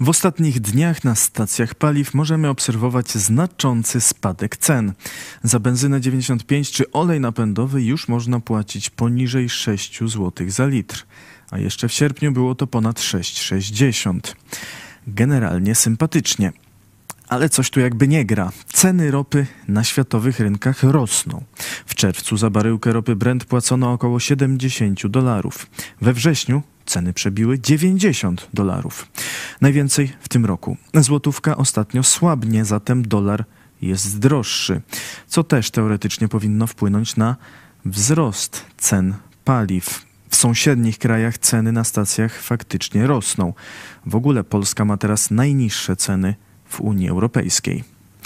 W ostatnich dniach na stacjach paliw możemy obserwować znaczący spadek cen. Za benzynę 95 czy olej napędowy już można płacić poniżej 6 zł za litr, a jeszcze w sierpniu było to ponad 6,60. Generalnie sympatycznie. Ale coś tu jakby nie gra. Ceny ropy na światowych rynkach rosną. W czerwcu za baryłkę ropy Brent płacono około $70. We wrześniu ceny przebiły $90. Najwięcej w tym roku. Złotówka ostatnio słabnie, zatem dolar jest droższy, co też teoretycznie powinno wpłynąć na wzrost cen paliw. W sąsiednich krajach ceny na stacjach faktycznie rosną. W ogóle Polska ma teraz najniższe ceny w Unii Europejskiej.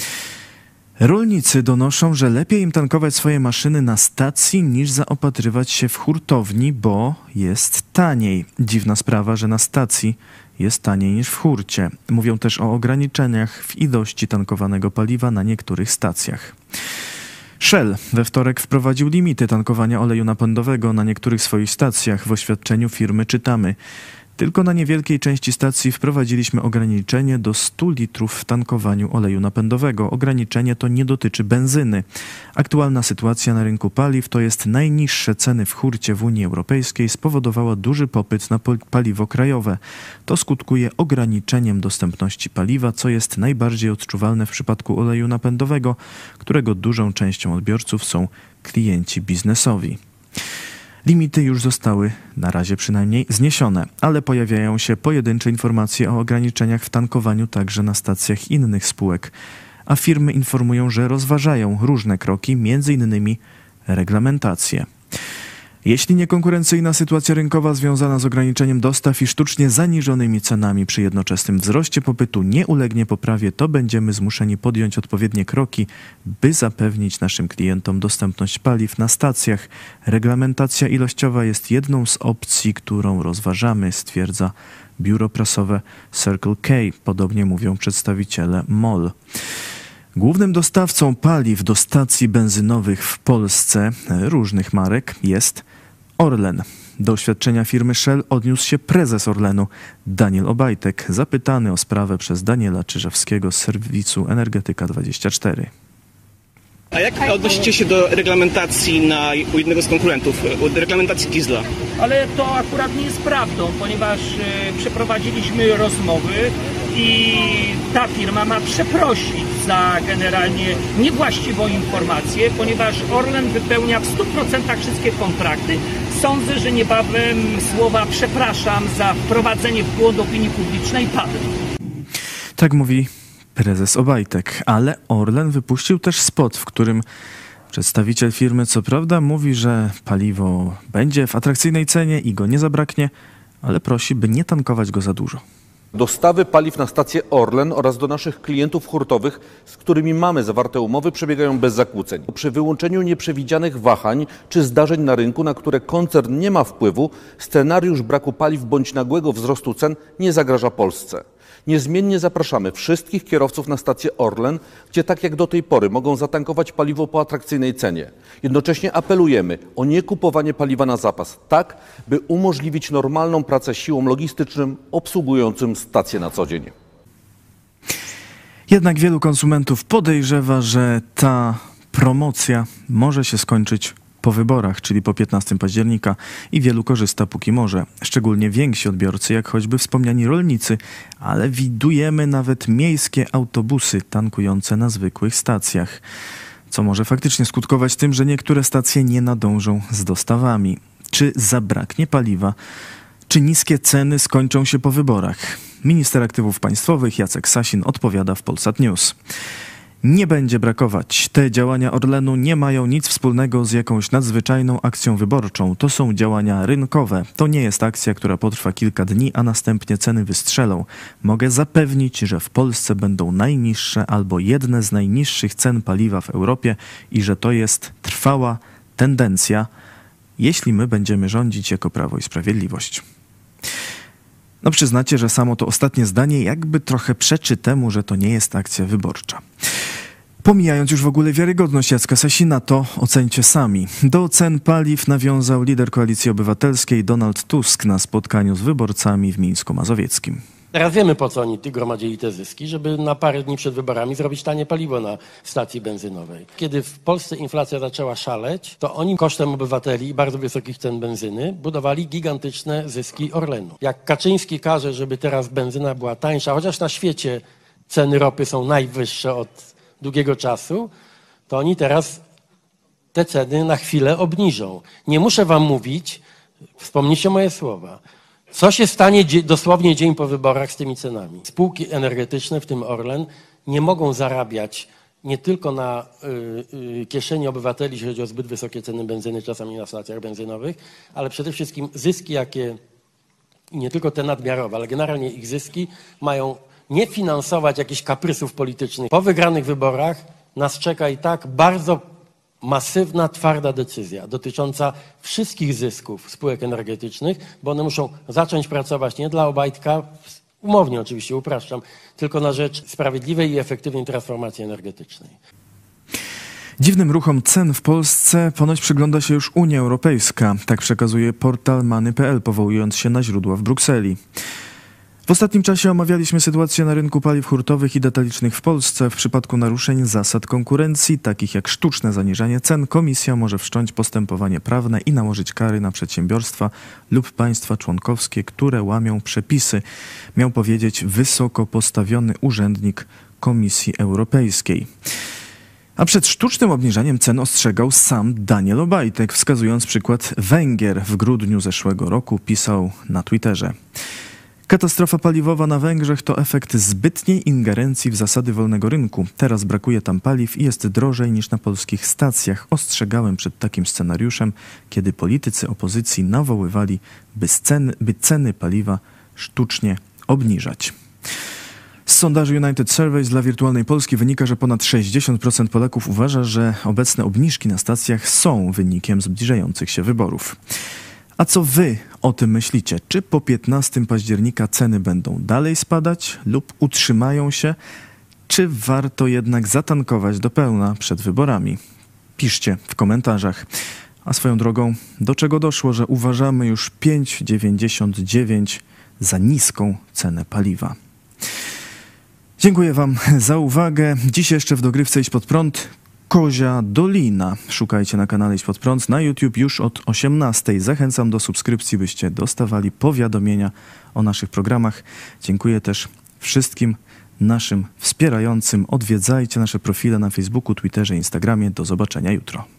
Rolnicy donoszą, że lepiej im tankować swoje maszyny na stacji niż zaopatrywać się w hurtowni, bo jest taniej. Dziwna sprawa, że na stacji jest taniej niż w hurcie. Mówią też o ograniczeniach w ilości tankowanego paliwa na niektórych stacjach. Shell we wtorek wprowadził limity tankowania oleju napędowego na niektórych swoich stacjach. W oświadczeniu firmy czytamy: tylko na niewielkiej części stacji wprowadziliśmy ograniczenie do 100 litrów w tankowaniu oleju napędowego. Ograniczenie to nie dotyczy benzyny. Aktualna sytuacja na rynku paliw, to jest najniższe ceny w hurcie w Unii Europejskiej, spowodowała duży popyt na paliwo krajowe. To skutkuje ograniczeniem dostępności paliwa, co jest najbardziej odczuwalne w przypadku oleju napędowego, którego dużą częścią odbiorców są klienci biznesowi. Limity już zostały, na razie przynajmniej, zniesione, ale pojawiają się pojedyncze informacje o ograniczeniach w tankowaniu także na stacjach innych spółek, a firmy informują, że rozważają różne kroki, m.in. reglamentację. Jeśli niekonkurencyjna sytuacja rynkowa związana z ograniczeniem dostaw i sztucznie zaniżonymi cenami przy jednoczesnym wzroście popytu nie ulegnie poprawie, to będziemy zmuszeni podjąć odpowiednie kroki, by zapewnić naszym klientom dostępność paliw na stacjach. Reglamentacja ilościowa jest jedną z opcji, którą rozważamy, stwierdza biuro prasowe Circle K. Podobnie mówią przedstawiciele MOL. Głównym dostawcą paliw do stacji benzynowych w Polsce różnych marek jest Orlen. Do oświadczenia firmy Shell odniósł się prezes Orlenu Daniel Obajtek, zapytany o sprawę przez Daniela Czyżewskiego z serwisu Energetyka24. A jak odnosicie się do reglamentacji u jednego z konkurentów, reglamentacji diesla? Ale to akurat nie jest prawdą, ponieważ przeprowadziliśmy rozmowy i ta firma ma przeprosić za generalnie niewłaściwą informację, ponieważ Orlen wypełnia w 100% wszystkie kontrakty. Sądzę, że niebawem słowa "przepraszam za wprowadzenie w błąd opinii publicznej" padną. Tak mówi prezes Obajtek, ale Orlen wypuścił też spot, w którym przedstawiciel firmy co prawda mówi, że paliwo będzie w atrakcyjnej cenie i go nie zabraknie, ale prosi, by nie tankować go za dużo. Dostawy paliw na stację Orlen oraz do naszych klientów hurtowych, z którymi mamy zawarte umowy, przebiegają bez zakłóceń. Przy wyłączeniu nieprzewidzianych wahań czy zdarzeń na rynku, na które koncern nie ma wpływu, scenariusz braku paliw bądź nagłego wzrostu cen nie zagraża Polsce. Niezmiennie zapraszamy wszystkich kierowców na stację Orlen, gdzie tak jak do tej pory mogą zatankować paliwo po atrakcyjnej cenie. Jednocześnie apelujemy o niekupowanie paliwa na zapas, tak by umożliwić normalną pracę siłom logistycznym obsługującym stację na co dzień. Jednak wielu konsumentów podejrzewa, że ta promocja może się skończyć po wyborach, czyli po 15 października i wielu korzysta póki może. Szczególnie więksi odbiorcy, jak choćby wspomniani rolnicy, ale widujemy nawet miejskie autobusy tankujące na zwykłych stacjach, co może faktycznie skutkować tym, że niektóre stacje nie nadążą z dostawami. Czy zabraknie paliwa? Czy niskie ceny skończą się po wyborach? Minister Aktywów Państwowych Jacek Sasin odpowiada w Polsat News. Nie będzie brakować. Te działania Orlenu nie mają nic wspólnego z jakąś nadzwyczajną akcją wyborczą. To są działania rynkowe. To nie jest akcja, która potrwa kilka dni, a następnie ceny wystrzelą. Mogę zapewnić, że w Polsce będą najniższe albo jedne z najniższych cen paliwa w Europie i że to jest trwała tendencja, jeśli my będziemy rządzić jako Prawo i Sprawiedliwość. No przyznacie, że samo to ostatnie zdanie jakby trochę przeczy temu, że to nie jest akcja wyborcza. Pomijając już w ogóle wiarygodność Jacka Sasina, to oceńcie sami. Do cen paliw nawiązał lider Koalicji Obywatelskiej Donald Tusk na spotkaniu z wyborcami w Mińsku Mazowieckim. Teraz wiemy, po co oni gromadzili te zyski, żeby na parę dni przed wyborami zrobić tanie paliwo na stacji benzynowej. Kiedy w Polsce inflacja zaczęła szaleć, to oni kosztem obywateli i bardzo wysokich cen benzyny budowali gigantyczne zyski Orlenu. Jak Kaczyński każe, żeby teraz benzyna była tańsza, chociaż na świecie ceny ropy są najwyższe od długiego czasu, to oni teraz te ceny na chwilę obniżą. Nie muszę wam mówić, wspomnijcie moje słowa, co się stanie dosłownie dzień po wyborach z tymi cenami. Spółki energetyczne, w tym Orlen, nie mogą zarabiać nie tylko na kieszeni obywateli, jeśli chodzi o zbyt wysokie ceny benzyny, czasami na stacjach benzynowych, ale przede wszystkim zyski, jakie, nie tylko te nadmiarowe, ale generalnie ich zyski mają nie finansować jakichś kaprysów politycznych. Po wygranych wyborach nas czeka i tak bardzo masywna, twarda decyzja dotycząca wszystkich zysków spółek energetycznych, bo one muszą zacząć pracować nie dla Obajtka, umownie oczywiście, upraszczam, tylko na rzecz sprawiedliwej i efektywnej transformacji energetycznej. Dziwnym ruchom cen w Polsce ponoć przygląda się już Unia Europejska. Tak przekazuje portal Many.pl, powołując się na źródła w Brukseli. W ostatnim czasie omawialiśmy sytuację na rynku paliw hurtowych i detalicznych w Polsce. W przypadku naruszeń zasad konkurencji, takich jak sztuczne zaniżanie cen, komisja może wszcząć postępowanie prawne i nałożyć kary na przedsiębiorstwa lub państwa członkowskie, które łamią przepisy, miał powiedzieć wysoko postawiony urzędnik Komisji Europejskiej. A przed sztucznym obniżaniem cen ostrzegał sam Daniel Obajtek, wskazując przykład Węgier. W grudniu zeszłego roku pisał na Twitterze: katastrofa paliwowa na Węgrzech to efekt zbytniej ingerencji w zasady wolnego rynku. Teraz brakuje tam paliw i jest drożej niż na polskich stacjach. Ostrzegałem przed takim scenariuszem, kiedy politycy opozycji nawoływali, by ceny paliwa sztucznie obniżać. Z sondażu United Surveys dla Wirtualnej Polski wynika, że ponad 60% Polaków uważa, że obecne obniżki na stacjach są wynikiem zbliżających się wyborów. A co wy o tym myślicie? Czy po 15 października ceny będą dalej spadać lub utrzymają się? Czy warto jednak zatankować do pełna przed wyborami? Piszcie w komentarzach. A swoją drogą, do czego doszło, że uważamy już 5,99 za niską cenę paliwa? Dziękuję wam za uwagę. Dziś jeszcze w dogrywce Idź Pod Prąd Kozia Dolina. Szukajcie na kanale Idź Pod Prąd na YouTube już od 18:00. Zachęcam do subskrypcji, byście dostawali powiadomienia o naszych programach. Dziękuję też wszystkim naszym wspierającym. Odwiedzajcie nasze profile na Facebooku, Twitterze, Instagramie. Do zobaczenia jutro.